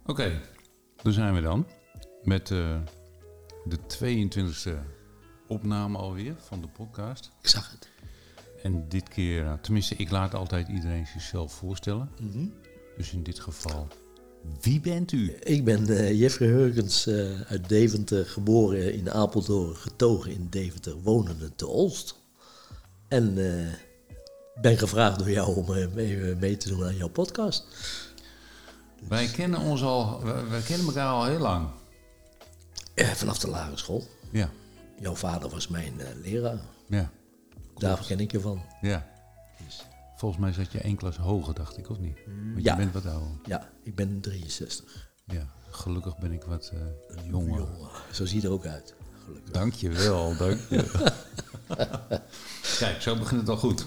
Oké, daar zijn we dan. Met de 22e opname alweer van de podcast. Ik zag het. En dit keer, tenminste ik laat altijd iedereen zichzelf voorstellen. Mm-hmm. Dus in dit geval, wie bent u? Ik ben Jeffrey Hurgens uit Deventer, geboren in Apeldoorn, getogen in Deventer, wonende te Olst. En ben gevraagd door jou om mee te doen aan jouw podcast. Wij kennen elkaar al heel lang. Vanaf de lagere school. Ja. Jouw vader was mijn leraar. Ja. Daar ken ik je van. Ja. Dus, Volgens mij zat je 1 klas hoger, dacht ik, of niet? Want ja. je bent wat ouder. Ja, ik ben 63. Ja, gelukkig ben ik wat jonger. Zo zie je er ook uit. Gelukkig. Dank je wel. Kijk, zo begint het al goed.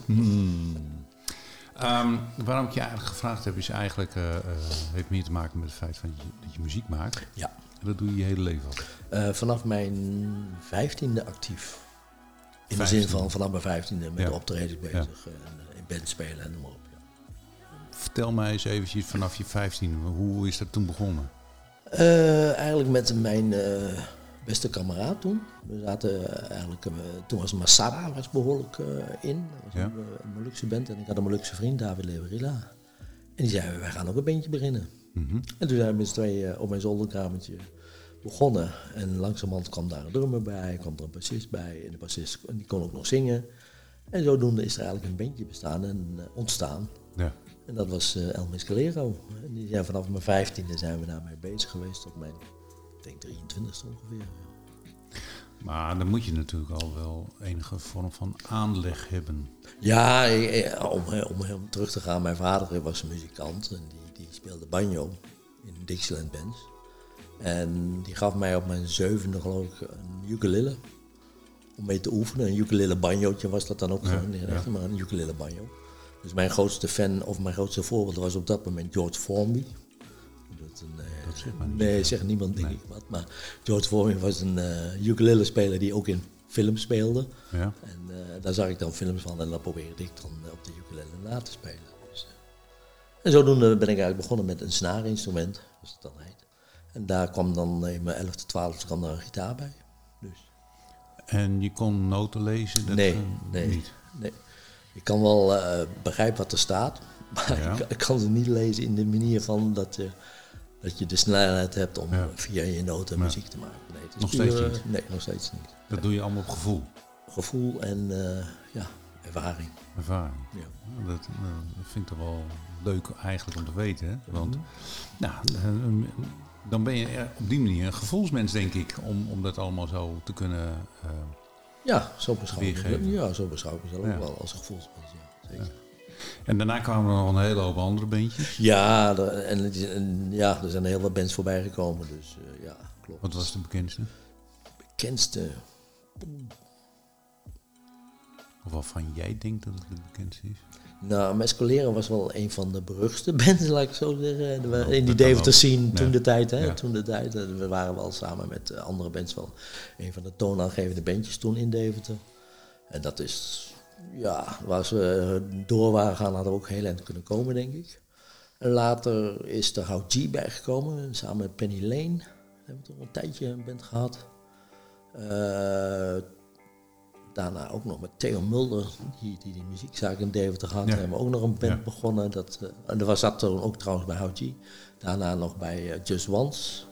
Waarom ik je eigenlijk gevraagd heb, is eigenlijk heeft meer te maken met het feit dat je muziek maakt. Ja. En dat doe je je hele leven al. Vanaf mijn 15e actief. In de zin van vanaf mijn 15e met de optredens bezig. En in band spelen en noem maar op. Ja. Vertel mij eens eventjes vanaf je 15e, hoe is dat toen begonnen? Eigenlijk met mijn beste kameraad toen. We zaten eigenlijk, toen was Masada behoorlijk in. Dat was een Molukse band en ik had een Molukse vriend, David Leverilla. En die zei, wij gaan ook een bandje beginnen. Mm-hmm. En toen zijn we met z'n tweeën op mijn zolderkamertje begonnen. En langzamerhand kwam daar een drummer bij, kwam er een bassist bij. En de bassist die kon ook nog zingen. En zodoende is er eigenlijk een bandje bestaan en ontstaan. Ja. En dat was El Mescalero. En die zijn vanaf mijn 15e zijn we daarmee bezig geweest tot mijn, ik denk 23e ongeveer. Maar dan moet je natuurlijk al wel enige vorm van aanleg hebben. Ja, om terug te gaan, mijn vader was een muzikant en die speelde banjo in Dixieland bands. En die gaf mij op mijn 7e geloof ik een ukulele om mee te oefenen. Een ukulele banjootje was dat dan ook gewoon, maar een ukulele banjo. Dus mijn grootste fan of mijn grootste voorbeeld was op dat moment George Formby. Dat zegt maar niet. Nee, zegt niemand denk ik wat. Maar George Formby was een ukulele speler die ook in films speelde. Ja. En daar zag ik dan films van en dan probeerde ik dan op de ukulele na te spelen. Dus, en zodoende ben ik eigenlijk begonnen met een snaarinstrument, zoals het dan heet. En daar kwam dan in mijn 11e, 12e kwam daar een gitaar bij. Dus. En je kon noten lezen? Dat nee. Niet? Nee. Ik kan wel begrijpen wat er staat, maar ik kan ze niet lezen in de manier van dat je de snelheid hebt om via je noten muziek te maken. Nee, het is nog steeds niet? Nee, nog steeds niet. Dat doe je allemaal op gevoel? Gevoel en ervaring. Ervaring? Ja. Dat vind ik toch wel leuk eigenlijk om te weten. Hè? Want dan ben je op die manier een gevoelsmens, denk ik, om dat allemaal zo te kunnen zo beschouw ik het. Ja, zo beschouw ik het ook wel als gevoelsmens, ja, zeker. Ja. En daarna kwamen er nog een hele hoop andere bandjes? Ja, er zijn heel wat bands voorbij gekomen, dus klopt. Wat was de bekendste? Bekendste? Of waarvan jij denkt dat het de bekendste is? Nou, Mescalero was wel een van de beruchtste bands, laat ik zo zeggen. In die Deventer scene toen de tijd. Hè? Ja. Toen de tijd. We waren wel samen met andere bands wel een van de toonaangevende bandjes toen in Deventer. En dat is, waar ze door waren gaan, hadden we ook heel eind kunnen komen, denk ik. En later is er How G bijgekomen, samen met Penny Lane. We hebben toch een tijdje een band gehad. Daarna ook nog met Theo Mulder, die muziekzaak in Deventer had. Ja. Hebben we ook nog een band begonnen. En er zat toen ook trouwens bij How G. Daarna nog bij Just Once.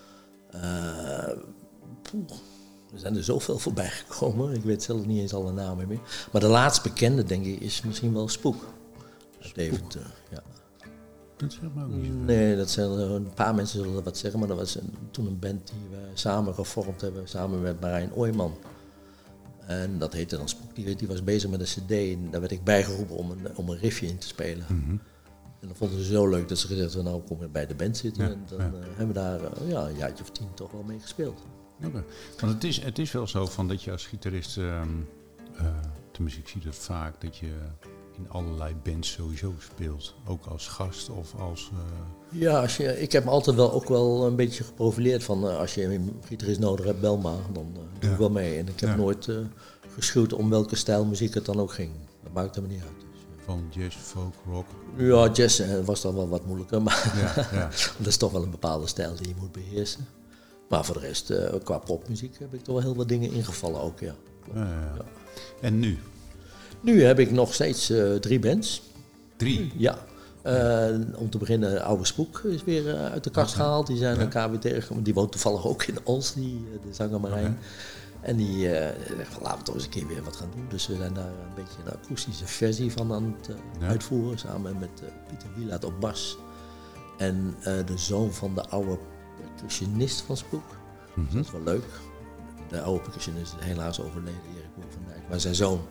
Er zijn er zoveel voorbij gekomen. Ik weet zelf niet eens alle namen meer. Maar de laatst bekende, denk ik, is misschien wel Spook. Deventer, ja. Dat zeg maar ook niet zoveel. Nee, dat zijn een paar mensen zullen wat zeggen. Maar dat was toen een band die we samen gevormd hebben. Samen met Marijn Ooyman. En dat heette dan Spook. Die was bezig met een cd en daar werd ik bijgeroepen om een riffje in te spelen. Mm-hmm. En dat vonden ze zo leuk dat ze gezegd hebben, nou kom ik bij de band zitten. En dan hebben we daar een jaartje of 10 toch wel mee gespeeld. Okay. Want het is wel zo van dat je als gitarist, tenminste ik zie dat vaak, dat je in allerlei bands sowieso speelt. Ook als gast of als... Ja, ik heb me altijd wel ook wel een beetje geprofileerd van als je een gitarist nodig hebt, bel maar. Dan doe ik wel mee. En ik heb nooit geschuwd om welke stijl muziek het dan ook ging. Dat maakt helemaal niet uit. Dus, Gewoon jazz, folk, rock? Ja, jazz was dan wel wat moeilijker, maar Ja. dat is toch wel een bepaalde stijl die je moet beheersen. Maar voor de rest, qua popmuziek heb ik toch wel heel wat dingen ingevallen ook, ja. Klopt. Ja. En nu? Nu heb ik nog steeds 3 bands. 3? Ja. Om te beginnen, Oude Spook is weer uit de kast gehaald. Die zijn elkaar weer tegengekomen. Die woont toevallig ook in Ols, de zanger Marijn. En die zegt van, laten we toch eens een keer weer wat gaan doen. Dus we zijn daar een beetje een akoestische versie van aan het uitvoeren. Samen met Pieter Wielaert op bas. En de zoon van de oude percussionist van Spook. Dus dat is wel leuk. De oude percussionist is helaas overleden, Erik Boer van Dijk. Maar zijn zoon,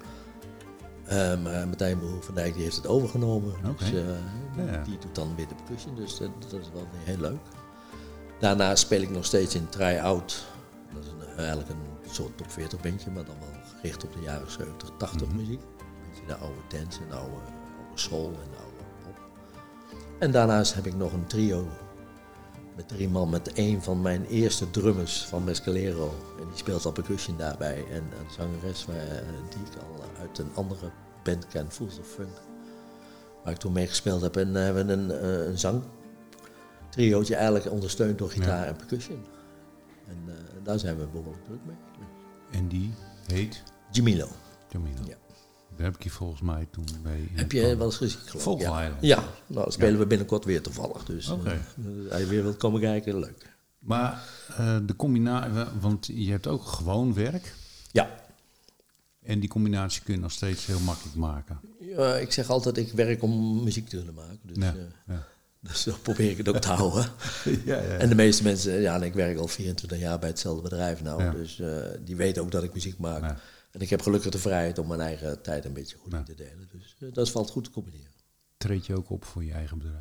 Martijn Boer van Dijk, die heeft het overgenomen. Okay. Dus die doet dan weer de percussion. Dus dat is wel weer heel leuk. Daarna speel ik nog steeds in Try-Out. Dat is eigenlijk een soort top 40 bandje, maar dan wel gericht op de jaren 70, 80 muziek. Een beetje de oude dance en de oude soul en de oude pop. En daarnaast heb ik nog een trio met 3 man met een van mijn eerste drummers van Mescalero. En die speelt al percussion daarbij. En een zangeres die ik al uit een andere band ken, Fools of Funk. Waar ik toen mee gespeeld heb. En hebben we een zangtriootje eigenlijk ondersteund door gitaar en percussion. En daar zijn we behoorlijk druk mee. En die heet? Jamilo. Ja. Daar heb ik je volgens mij toen mee. Heb je wel eens gezien? Vogeleiland. Ja, nou dat spelen we binnenkort weer toevallig. Dus als je weer wilt komen kijken, leuk. Maar de combinatie, want je hebt ook gewoon werk. Ja. En die combinatie kun je nog steeds heel makkelijk maken. Ja, ik zeg altijd, ik werk om muziek te kunnen maken. Dus, dus zo probeer ik het ook te houden. En de meeste mensen, en ik werk al 24 jaar bij hetzelfde bedrijf nou. Dus die weten ook dat ik muziek maak. Ja. En ik heb gelukkig de vrijheid om mijn eigen tijd een beetje goed in te delen. Dus dat valt goed te combineren. Treed je ook op voor je eigen bedrijf?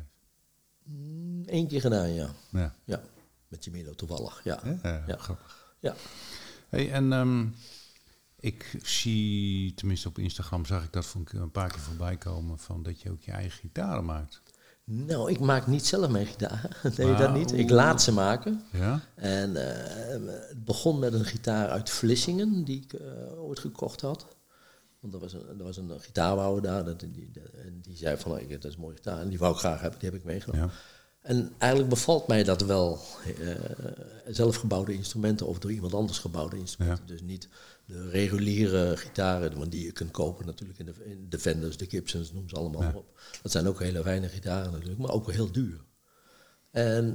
1 keer gedaan, ja. Met Jamilo toevallig, ja. Grappig. Ja. Hey, en ik zie, tenminste op Instagram zag ik dat een paar keer voorbij komen, van dat je ook je eigen gitaren maakt. Nou, ik maak niet zelf mijn gitaar. Nee, dat niet. Ik laat ze maken. Ja? En het begon met een gitaar uit Vlissingen, die ik ooit gekocht had. Want er was een gitaarbouwer daar. Die zei van, dat is een mooie gitaar. En die wou ik graag hebben, die heb ik meegenomen. Ja. En eigenlijk bevalt mij dat wel. Zelfgebouwde instrumenten of door iemand anders gebouwde instrumenten. Ja. Dus niet de reguliere gitaren, want die je kunt kopen natuurlijk in de Fenders, de Gibsons, noem ze allemaal op. Dat zijn ook hele fijne gitaren natuurlijk, maar ook wel heel duur. En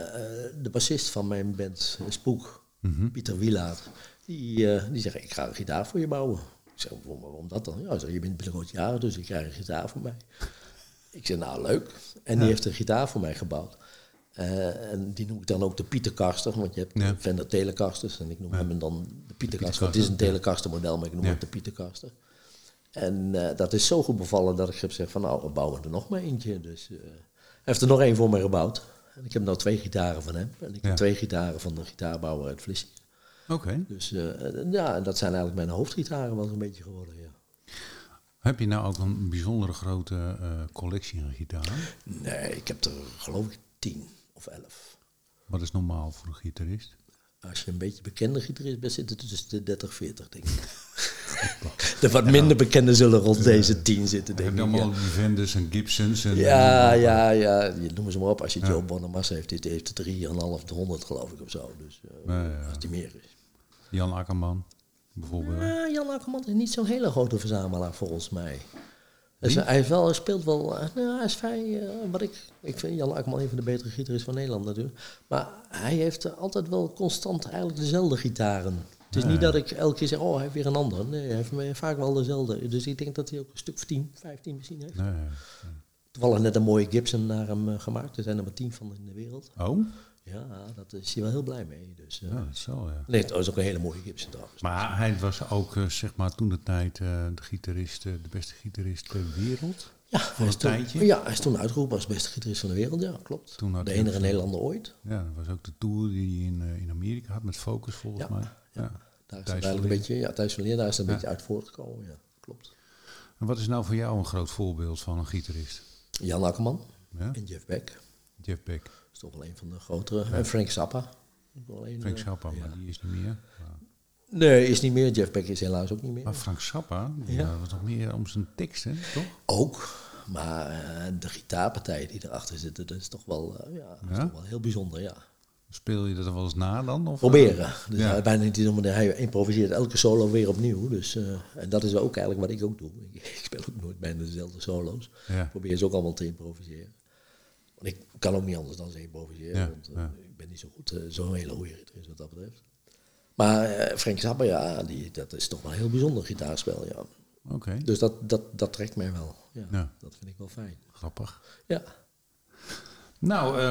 de bassist van mijn band Spook, Pieter Wielaert, die zegt, ik ga een gitaar voor je bouwen. Ik zeg, waarom dat dan? Ja, je bent binnenkort jarig, dus je krijgt een gitaar voor mij. Ik zeg, nou leuk. En die heeft een gitaar voor mij gebouwd. En die noem ik dan ook de Pieterkaster, want je hebt Fender Telecasters. En ik noem hem dan de Pieterkaster. Het is een Telecaster model, maar ik noem het de Pieterkaster. En dat is zo goed bevallen dat ik heb gezegd van, nou, we bouwen er nog maar eentje. Dus hij heeft er nog 1 voor mij gebouwd. En ik heb nou 2 gitaren van hem. En ik heb 2 gitaren van de gitaarbouwer uit Vlissingen. Oké. Dus dat zijn eigenlijk mijn hoofdgitaren wel een beetje geworden, ja. Heb je nou ook een bijzondere grote collectie aan gitaren? Nee, ik heb er geloof ik 10 of 11. Wat is normaal voor een gitarist? Als je een beetje bekende gitarist bent, zit het tussen de 30, 40 denk ik. De wat minder bekende zullen rond deze 10 zitten, denk ik. Je hebt allemaal die Fenders en Gibsons. En ja, je noem ze maar op. Als je Joe Bonamassa heeft er 3,5 geloof ik of zo. Dus als die meer is. Jan Akkerman bijvoorbeeld. Jan Akkerman is niet zo'n hele grote verzamelaar volgens mij. Dus hij speelt wel, hij is vrij, ik vind Jan Akkerman een van de betere gitaristen van Nederland natuurlijk. Maar hij heeft altijd wel constant eigenlijk dezelfde gitaren. Het is niet dat ik elke keer zeg, hij heeft weer een ander. Nee, hij heeft vaak wel dezelfde. Dus ik denk dat hij ook een stuk of 10, 15 misschien heeft. Toevallig net een mooie Gibson naar hem gemaakt. Er zijn er maar 10 van in de wereld. Oh? Ja, daar is hij wel heel blij mee. Dus, dat is zo, ja. Nee, dat is ook een hele mooie Gibson trouwens. Maar hij was ook, zeg maar, toen de tijd de gitarist, de beste gitarist ter wereld. Ja, hij is toen uitgeroepen als beste gitarist van de wereld, ja, klopt. De enige Nederlander ooit. Ja, dat was ook de tour die hij in Amerika had met Focus volgens mij. Ja. Daar is het eigenlijk een beetje, Thijs van Leer, daar is het een beetje uit voortgekomen, ja, klopt. En wat is nou voor jou een groot voorbeeld van een gitarist? Jan Akkerman en Jeff Beck. Jeff Beck. Dat is toch wel een van de grotere. En Frank Zappa. Frank Zappa, maar die is niet meer. Nee, is niet meer. Jeff Beck is helaas ook niet meer. Maar Frank Zappa, die was nog meer om zijn teksten, toch? Ook. Maar de gitaarpartijen die erachter zitten, dat is toch wel, dat is toch wel heel bijzonder, ja. Speel je dat er wel eens na dan? Of, proberen. Dus bijna niet doen, maar hij improviseert elke solo weer opnieuw. Dus, en dat is ook eigenlijk wat ik ook doe. Ik speel ook nooit bijna dezelfde solo's. Ja. Ik probeer ze ook allemaal te improviseren. Want ik kan ook niet anders dan ze improviseren. Want ik ben niet zo goed, zo'n hele goede gitarist wat dat betreft. Maar Frank Zappa, dat is toch wel een heel bijzonder gitaarspel, ja. Okay. Dus dat trekt mij wel. Ja. Dat vind ik wel fijn. Grappig. Ja. Nou,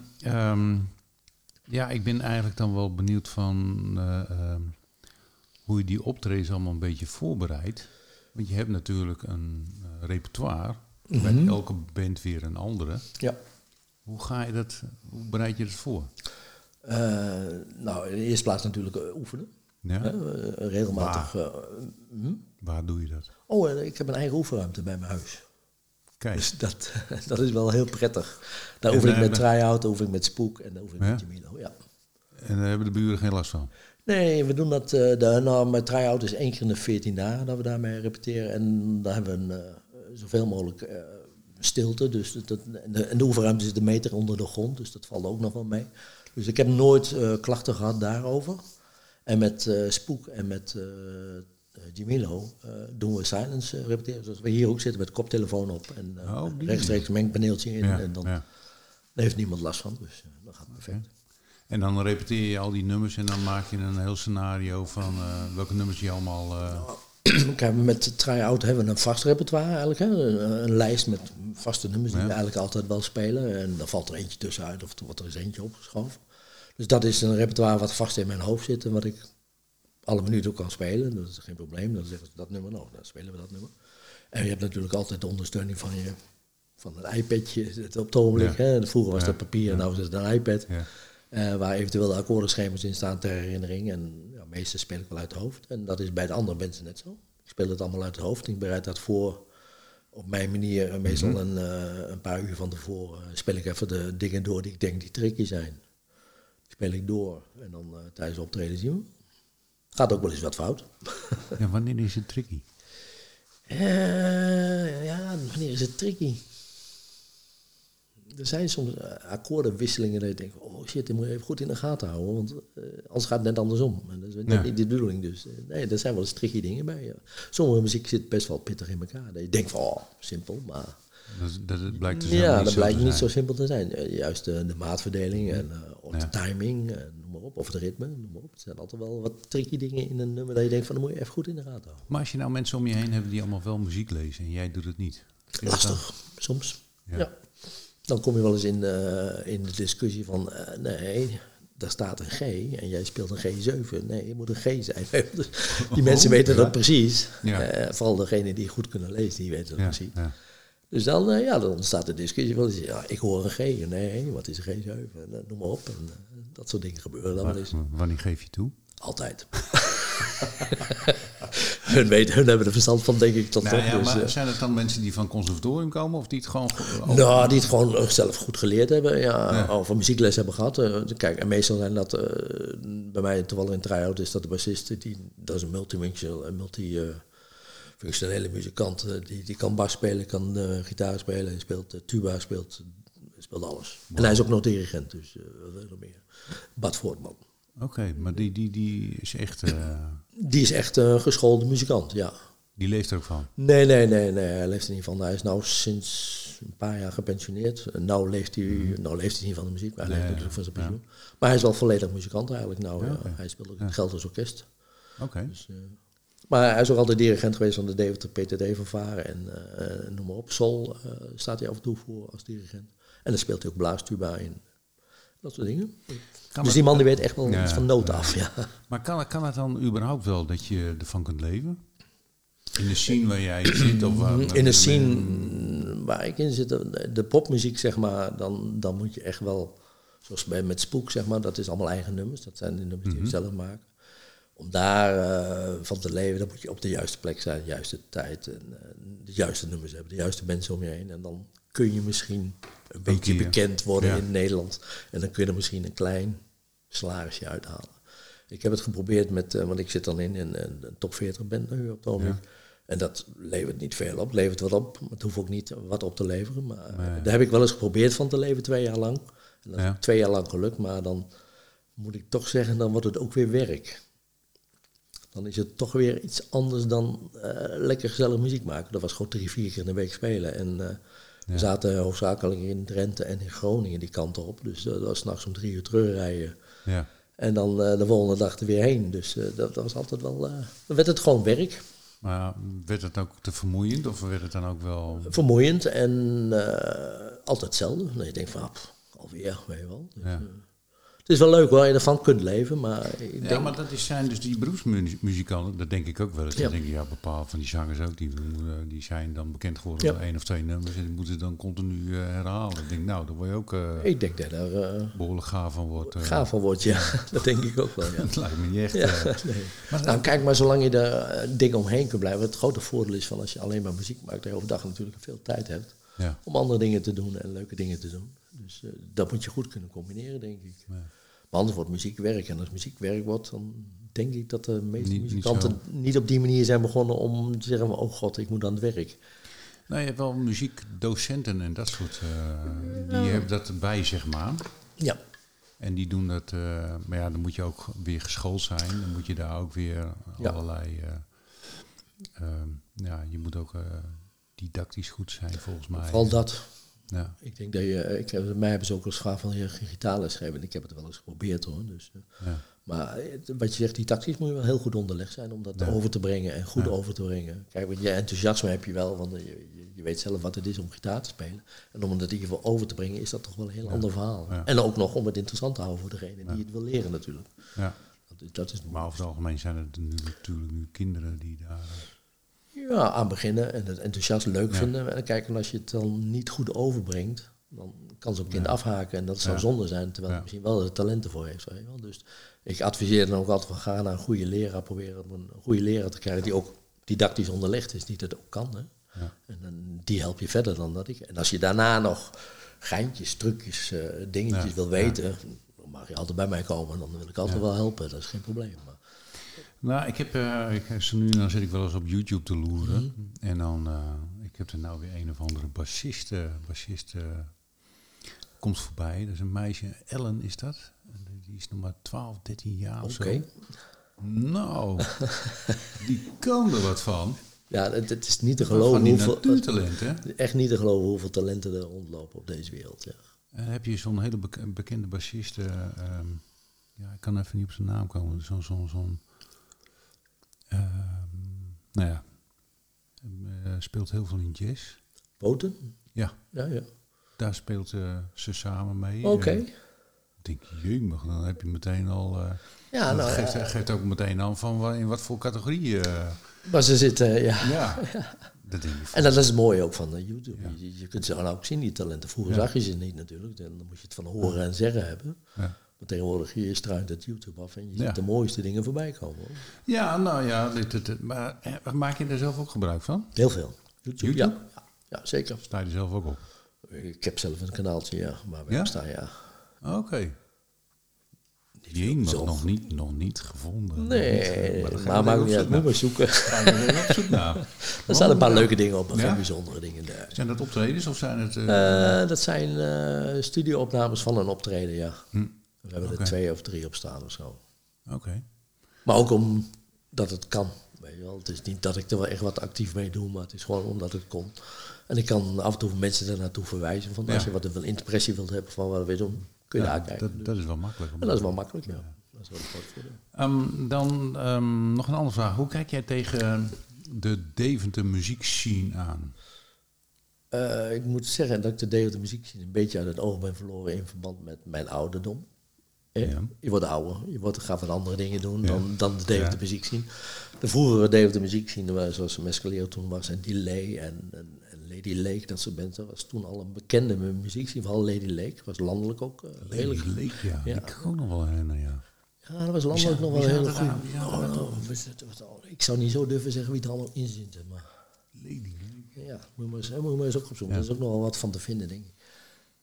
ik ben eigenlijk dan wel benieuwd van hoe je die optredens allemaal een beetje voorbereidt. Want je hebt natuurlijk een repertoire. Bij elke band weer een andere. Ja. Hoe bereid je dat voor? In de eerste plaats natuurlijk oefenen. Ja. Regelmatig. Waar doe je dat? Ik heb een eigen oefenruimte bij mijn huis. Kijk. Dus dat is wel heel prettig. Daar oefen ik met Try-Out, oefen ik met Spook en daar oefen ik met Jamilo. Ja. En daar hebben de buren geen last van? Nee, we doen dat. Met Try-Out is 1 keer in de 14 dagen dat we daarmee repeteren. En daar hebben we zoveel mogelijk stilte. Dus en de oefenruimte zit 1 meter onder de grond, dus dat valt ook nog wel mee. Dus ik heb nooit klachten gehad daarover. En met Spook en met Jamilo doen we silence repeteren. Zoals we hier ook zitten met koptelefoon op en rechtstreeks een mengpaneeltje in. En dan heeft niemand last van, dus dat gaat perfect. Okay. En dan repeteer je al die nummers en dan maak je een heel scenario van welke nummers je allemaal... Kijk, met Try-Out hebben we een vast repertoire eigenlijk. Hè? Een lijst met vaste nummers die we eigenlijk altijd wel spelen. En dan valt er eentje tussenuit of er wordt er eens eentje opgeschoven. Dus dat is een repertoire wat vast in mijn hoofd zit en wat ik alle minuten ook kan spelen. Dat is geen probleem. Dan zeggen ze dat nummer, dan spelen we dat nummer. En je hebt natuurlijk altijd de ondersteuning van een iPadje op het ogenblik. Hè? Vroeger was dat papier en nu is het een iPad. Ja. Waar eventueel de akkoordenschema's in staan ter herinnering. En meestal speel ik wel uit het hoofd. En dat is bij de andere mensen net zo. Ik speel het allemaal uit het hoofd. Ik bereid dat voor op mijn manier. Meestal een paar uur van tevoren speel ik even de dingen door die ik denk die tricky zijn. Speel ik door en dan tijdens de optreden zien we. Gaat ook wel eens wat fout. Ja, wanneer is het tricky? Wanneer is het tricky? Er zijn soms akkoordenwisselingen dat je denkt, oh shit, die moet je even goed in de gaten houden, want anders gaat het net andersom. En dat is net niet de bedoeling. Dus er zijn wel eens tricky dingen bij. Ja. Sommige muziek zit best wel pittig in elkaar. Dat je denkt van, simpel, maar... Dat blijkt dus dat blijkt niet zo simpel te zijn. Juist de maatverdeling en de timing, noem maar op, of het ritme, noem maar op. Er zijn altijd wel wat tricky dingen in een nummer dat je denkt van, dan moet je even goed in de gaten houden. Maar als je nou mensen om je heen hebt die allemaal wel muziek lezen en jij doet het niet. Lastig, soms. Ja. Dan kom je wel eens in de discussie van, nee, daar staat een G en jij speelt een G7. Nee, je moet een G zijn. Dus die mensen weten dat precies. Ja. Vooral degenen die goed kunnen lezen, die weten dat precies. Ja. Dus dan ontstaat de discussie wel eens, ik hoor een G. Nee, wat is een G7? Noem maar op. En dat soort dingen gebeuren dan wel eens. Wanneer geef je toe? Altijd. Hun hebben er verstand van, denk ik, tot top. Ja, dus, maar zijn het dan mensen die van conservatorium komen of die het gewoon... die het gewoon zelf goed geleerd hebben, of een muziekles hebben gehad. Kijk, en meestal zijn dat, bij mij toevallig in Try-Out is dat de bassist, dat is een multifunctionele muzikant. Die kan bas spelen, kan gitaar spelen, hij speelt tuba, speelt alles. Wow. En hij is ook nog dirigent, dus veel meer. Bad Voortman. Oké, maar die is echt... Die is echt een geschoolde muzikant, ja. Die leeft er ook van? Nee, hij leeft er niet van. Hij is nou sinds een paar jaar gepensioneerd. Nou leeft hij niet van de muziek, maar hij leeft natuurlijk van zijn pensioen. Maar hij is wel volledig muzikant eigenlijk nou. Ja, okay. Hij speelt ook in het Gelderse Orkest. Oké. Dus, maar hij is ook altijd dirigent geweest van de Deventer PTD-fanfare en noem maar op. Sol staat hij af en toe voor als dirigent. En dan speelt hij ook blaastuba in. Dat soort dingen. Dus die man die weet echt wel iets van noten af. Ja. Maar kan het dan überhaupt wel dat je ervan kunt leven? In de scene waar jij zit? Of in de scene waar ik in zit, de popmuziek zeg maar, dan moet je echt wel, zoals met Spook zeg maar, dat is allemaal eigen nummers. Dat zijn de nummers die ik zelf maak. Om daar van te leven, dan moet je op de juiste plek zijn, de juiste tijd. En de juiste nummers hebben, de juiste mensen om je heen. En dan kun je misschien een beetje bekend worden in Nederland. En dan kun je er misschien een klein salarisje uithalen. Ik heb het geprobeerd met, want ik zit dan in een top 40 band nu op het ogenblik. Ja. En dat levert niet veel op, levert wat op, maar het hoeft ook niet wat op te leveren. Maar daar heb ik wel eens geprobeerd van te leven 2 jaar lang. En dat is 2 jaar lang gelukt, maar dan moet ik toch zeggen, dan wordt het ook weer werk. Dan is het toch weer iets anders dan lekker gezellig muziek maken. Dat was gewoon 3-4 keer in de week spelen. En we zaten hoofdzakelijk in Drenthe en in Groningen die kant op. Dus dat was 's nachts om 3 uur terugrijden. Ja. En dan de volgende dag er weer heen. Dus dat was altijd wel... dan werd het gewoon werk. Maar werd het ook te vermoeiend of werd het dan ook wel... Vermoeiend en altijd hetzelfde. Nee, je denkt van, alweer, weet je wel. Dus, het is wel leuk waar je ervan kunt leven, maar... maar dat zijn dus die beroepsmuzikanten, dat denk ik ook wel eens. Dan denk ik, bepaalde van die zangers ook, die zijn dan bekend geworden door 1 of 2 nummers en die moeten dan continu herhalen. Ik denk, nou, daar word je ook ik denk dat er behoorlijk gaaf van wordt. Gaaf van wordt, ja. Dat denk ik ook wel, ja. Dat lijkt me niet echt. Nee. Maar kijk, maar zolang je er dingen omheen kunt blijven, het grote voordeel is van als je alleen maar muziek maakt, dat je overdag natuurlijk veel tijd hebt om andere dingen te doen en leuke dingen te doen. Dus dat moet je goed kunnen combineren, denk ik. Ja. Maar anders wordt muziek werk. En als muziek werk wordt, dan denk ik dat de meeste muzikanten niet op die manier zijn begonnen om te zeggen, oh god, ik moet aan het werk. Nou, je hebt wel muziekdocenten en dat soort, die hebben dat erbij, zeg maar. Ja. En die doen dat, maar dan moet je ook weer geschoold zijn. Dan moet je daar ook weer allerlei, je moet ook didactisch goed zijn, volgens mij. Vooral dat. Ja. Ik denk dat mij hebben ze ook als gevraagd van je gitaarles geven. Ik heb het wel eens geprobeerd hoor. Dus, maar wat je zegt, die tactisch moet je wel heel goed onderlegd zijn om dat over te brengen en goed over te brengen. Kijk, want je enthousiasme heb je wel, want je weet zelf wat het is om gitaar te spelen. En om het in ieder geval over te brengen is dat toch wel een heel ander verhaal. Ja. En ook nog om het interessant te houden voor degene die het wil leren natuurlijk. Ja. Dat is maar over het algemeen zijn het natuurlijk nu kinderen die daar... Ja, aan beginnen en het enthousiast leuk vinden. En kijken, als je het dan niet goed overbrengt, dan kan zo'n kind afhaken. En dat zou zonde zijn, terwijl hij misschien wel de talenten voor heeft. Weet je wel. Dus ik adviseer dan ook altijd van ga naar een goede leraar, proberen een goede leraar te krijgen die ook didactisch onderlegd is, die dat ook kan. Hè. Ja. En dan, die help je verder dan dat ik. En als je daarna nog geintjes, trucjes, dingetjes wil weten, dan mag je altijd bij mij komen. Dan wil ik altijd wel helpen, dat is geen probleem. Maar nou, dan zit ik wel eens op YouTube te loeren. En dan, ik heb er nou weer een of andere bassist komt voorbij. Dat is een meisje, Ellen is dat. Die is nog maar 12, 13 jaar of zo. Nou, die kan er wat van. Ja, het is niet te geloven hoeveel... natuurtalent, hè? Echt niet te geloven hoeveel talenten er rondlopen op deze wereld, ja. En heb je zo'n hele bekende bassist... ik kan even niet op zijn naam komen. Speelt heel veel in jazz. Boten? Ja. Ja. Daar speelt ze samen mee. Oké. Ik denk, jemig, dan heb je meteen al... geeft ook meteen aan van in wat voor categorie... Maar ze zitten, Ja. Dat denk ik. En dat is het mooie ook van YouTube. Ja. Je kunt ze dan ook zien, die talenten. Vroeger zag je ze niet natuurlijk. Dan moet je het van horen en zeggen hebben. Ja. Maar tegenwoordig je struint het YouTube af en je ziet de mooiste dingen voorbij komen. Hoor. Ja, nou ja. Maar maak je er zelf ook gebruik van? Heel veel. YouTube? Ja, zeker. Sta je er zelf ook op? Ik heb zelf een kanaaltje, waar we op staan, Oké. Nog niet gevonden. Nee, maar maakt niet uit. Moet maar zoeken. Ga je er op zoek naar? Er staan een paar leuke dingen op, maar geen bijzondere dingen daar. Zijn dat optredens of zijn het... dat zijn studio-opnames van een optreden, ja. We hebben er 2 of 3 op staan of zo. Oké. Maar ook omdat het kan. Weet je wel. Het is niet dat ik er wel echt wat actief mee doe, maar het is gewoon omdat het kon. En ik kan af en toe mensen er naartoe verwijzen. Van als je wat een impressie wilt hebben van wat we doen, kun je daar kijken. Dat is wel makkelijk. En dat is wel makkelijk, ja. Dat is wel een groot voordeel. Dan nog een andere vraag. Hoe kijk jij tegen de Deventer muziekscene aan? Ik moet zeggen dat ik de Deventer muziekscene een beetje uit het oog ben verloren in verband met mijn ouderdom. Ja. Je wordt ouder, gaat wat andere dingen doen dan de Deventer muziekscene. De vroegere Deventer muziekscene, zoals Mescalero toen was, en Delay en Lady Lake, dat soort bands, dat was toen al een bekende muziekscene, vooral Lady Lake, was landelijk ook Lady Lake, ja. Ik kan ook nog wel herinneren, ja. Ja, dat was landelijk nog wel een hele goede. Ik zou niet zo durven zeggen wie er allemaal in zit, maar... Lady Lake. Ja, moet je maar eens ook opzoeken. Er is ook nog wel wat van te vinden, denk ik.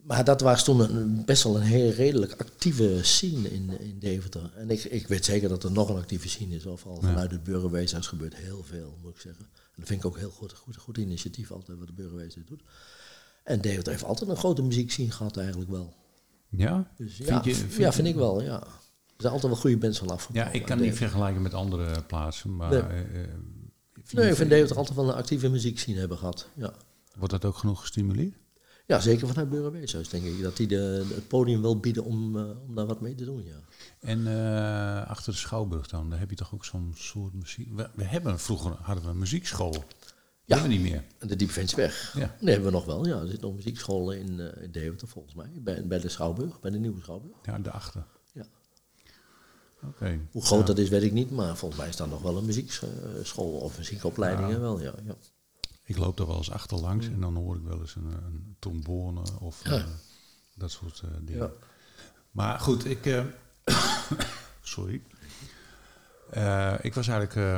Maar dat was toen best wel een heel redelijk actieve scene in Deventer. En ik weet zeker dat er nog een actieve scene is. Of al vanuit het burgerweeshuis gebeurt heel veel, moet ik zeggen. En dat vind ik ook heel goed initiatief altijd wat de burgerweeshuis doet. En Deventer heeft altijd een grote muziekscene gehad eigenlijk wel. Ja? Dus vind ik wel, ja. Er zijn altijd wel goede bands van afgekomen. Ja, ik kan niet vergelijken met andere plaatsen, maar... ik vind Deventer altijd wel een actieve muziekscene hebben gehad, ja. Wordt dat ook genoeg gestimuleerd? Ja, zeker vanuit Burgerweeshuis denk ik. Dat die het podium wil bieden om daar wat mee te doen, ja. En achter de Schouwburg dan, daar heb je toch ook zo'n soort muziek... Vroeger hadden we een muziekschool. Ja. Hebben we niet meer. De Diepvensweg. Ja. Die hebben we nog wel, ja. Er zit nog een muziekschool in Deventer volgens mij. Bij de Schouwburg, bij de nieuwe Schouwburg. Ja, daarachter. Ja. Oké. Hoe groot dat is, weet ik niet. Maar volgens mij is daar nog wel een muziekschool of muziekopleidingen wel, ja. Ik loop er wel eens achterlangs en dan hoor ik wel eens een trombone of dat soort dingen. Ja. Maar goed, sorry. Ik was eigenlijk...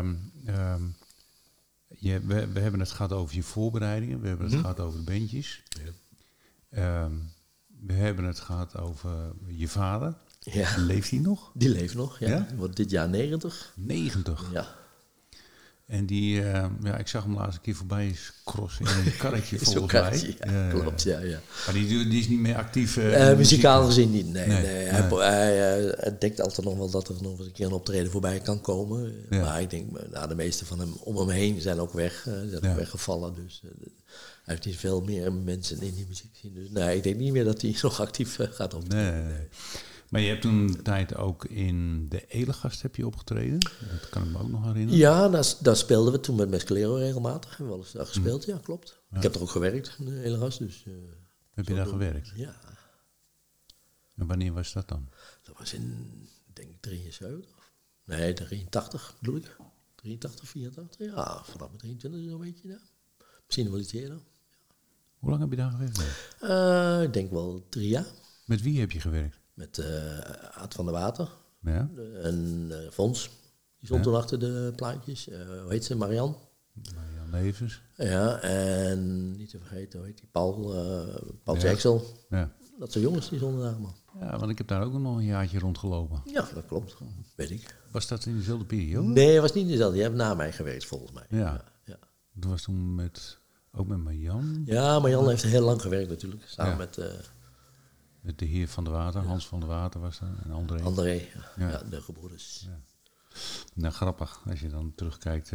we hebben het gehad over je voorbereidingen. We hebben het gehad over de bandjes. Ja. We hebben het gehad over je vader. Ja. Leeft hij nog? Die leeft nog, ja. Die wordt dit jaar 90. 90? Ja. En die, ik zag hem laatst een keer voorbij crossen in een karretje volgens mij. Ja, klopt, ja. Maar die is niet meer actief? Muzikaal gezien niet, nee. Hij denkt altijd nog wel dat er nog eens een keer een optreden voorbij kan komen. Ja. Maar ik denk, de meeste van hem om hem heen zijn ook weggevallen. Dus hij heeft niet veel meer mensen in die muziek gezien. Dus nee, ik denk niet meer dat hij nog actief gaat optreden. Nee. Maar je hebt toen een tijd ook in de Elegast heb je opgetreden. Dat kan ik me ook nog herinneren. Ja, daar speelden we toen met Mescalero regelmatig. Hebben we wel eens daar gespeeld, ja, klopt. Ja. Ik heb er ook gewerkt in de Elegast. Dus, heb je daar gewerkt? Ja. En wanneer was dat dan? Dat was in, denk ik, 73. Nee, 83 bedoel ik. 83, 84. Ja, vanaf mijn 23 zo'n beetje. Ja. Misschien wel iets eerder. Hoe lang heb je daar gewerkt? Ik denk wel 3 jaar. Met wie heb je gewerkt? Met Aad van der Water. Ja. En Fons. Die stond toen achter de plaatjes. Hoe heet ze? Marianne Nevers. Ja, en niet te vergeten, hoe heet die? Paul Jackson. Ja. Dat zijn jongens die stonden daar, man. Ja, want ik heb daar ook nog een jaartje rondgelopen. Ja, dat klopt. Weet ik. Was dat in dezelfde periode? Nee, het was niet in dezelfde. Je hebt na mij gewerkt, volgens mij. Ja. Dat was toen ook met Marjan? Ja, Marjan heeft heel lang gewerkt natuurlijk. Samen met de heer Van der Water, Hans van der Water was er. En André, ja, de gebroeders. Ja. Nou, grappig, als je dan terugkijkt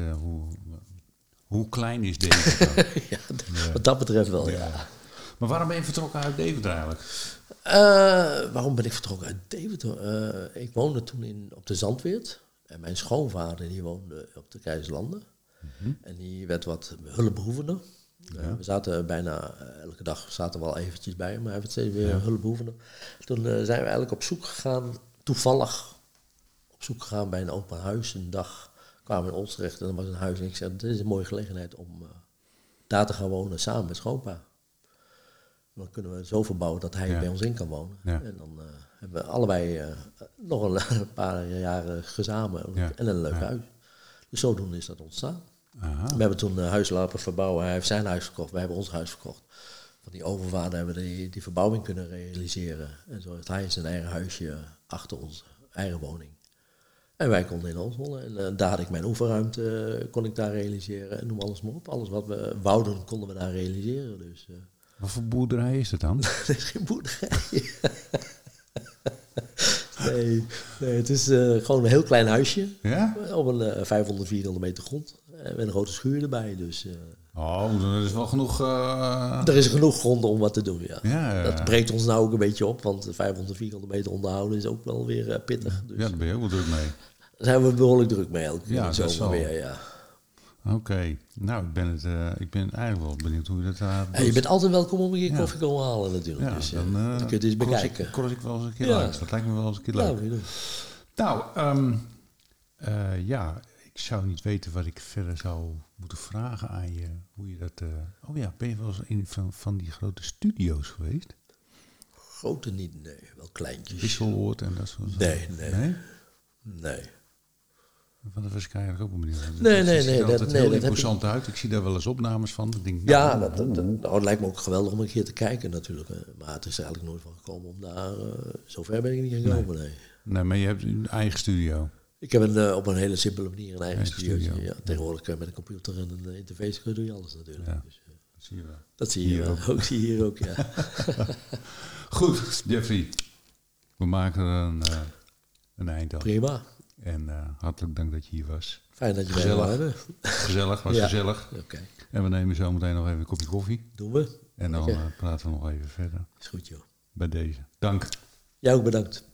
hoe klein is Deventer? Wat dat betreft wel, ja. Maar waarom ben je vertrokken uit Deventer eigenlijk? Waarom ben ik vertrokken uit Deventer? Ik woonde toen op de Zandweert. En mijn schoonvader die woonde op de Keizerlanden. Mm-hmm. En die werd wat hulpbehoevender. Ja. We zaten bijna elke dag we wel eventjes bij hem, maar hij werd steeds weer hulpbehoevender. Toen zijn we eigenlijk op zoek gegaan, toevallig op zoek gegaan bij een open huis. Een dag kwamen we in ons terecht en er was een huis. En ik zei, dit is een mooie gelegenheid om daar te gaan wonen samen met schoonpa. Dan kunnen we het zo verbouwen dat hij bij ons in kan wonen. Ja. En dan hebben we allebei nog een paar jaren gezamenlijk en een leuk huis. Dus zodoende is dat ontstaan. Aha. We hebben toen huis laten verbouwen. Hij heeft zijn huis verkocht, wij hebben ons huis verkocht. Van die overvader hebben we die verbouwing kunnen realiseren. En zo heeft hij zijn eigen huisje achter onze eigen woning. En wij konden in ons wonen. En daar had ik mijn oefenruimte, kon ik daar realiseren. En noem alles maar op. Alles wat we wouden, konden we daar realiseren. Dus, wat voor boerderij is het dan? Het is geen boerderij. Nee, het is gewoon een heel klein huisje. Ja? Op een 500, 400 meter grond. Met een grote schuur erbij. Dus, er is wel genoeg... Er is genoeg grond om wat te doen, ja. Dat breekt ons nou ook een beetje op. Want 500, 400 meter onderhouden is ook wel weer pittig. Dus. Ja, daar ben je ook wel druk mee. Daar zijn we behoorlijk druk mee elke zomer weer, ja. Oké. Nou, ik ben eigenlijk wel benieuwd hoe je dat je bent altijd welkom om een keer koffie komen halen natuurlijk. Ja, dus dan kun je het eens bekijken. Cross ik wel eens een keer langs. Dat lijkt me wel eens een keer leuk. Nou, ik zou niet weten wat ik verder zou moeten vragen aan je. Hoe je dat... ben je wel eens in van die grote studio's geweest? Grote niet, nee. Wel kleintjes. Wisseloord en dat soort Nee. Want dat was ik eigenlijk ook wel benieuwd. Nee, Het ziet er altijd heel dat imposant uit. Ik zie daar wel eens opnames van. Ik denk, ja, het lijkt me ook geweldig om een keer te kijken natuurlijk. Maar het is er eigenlijk nooit van gekomen om daar... zover ben ik niet gekomen, nee. Nee, maar je hebt een eigen studio. Ik heb op een hele simpele manier een eigen studio. Ja, tegenwoordig met een computer en een interface doe je alles natuurlijk. Ja, dus, dat zie je wel. Dat zie je wel. Ook zie je hier ook, ja. Goed, Jeffrey. We maken er een eind aan. Prima. En hartelijk dank dat je hier was. Fijn dat je gezellig. bij me hebben. Gezellig, was gezellig. Okay. En we nemen zo meteen nog even een kopje koffie. Doen we. En dan praten we nog even verder. Is goed, joh. Bij deze. Dank. Jij ook bedankt.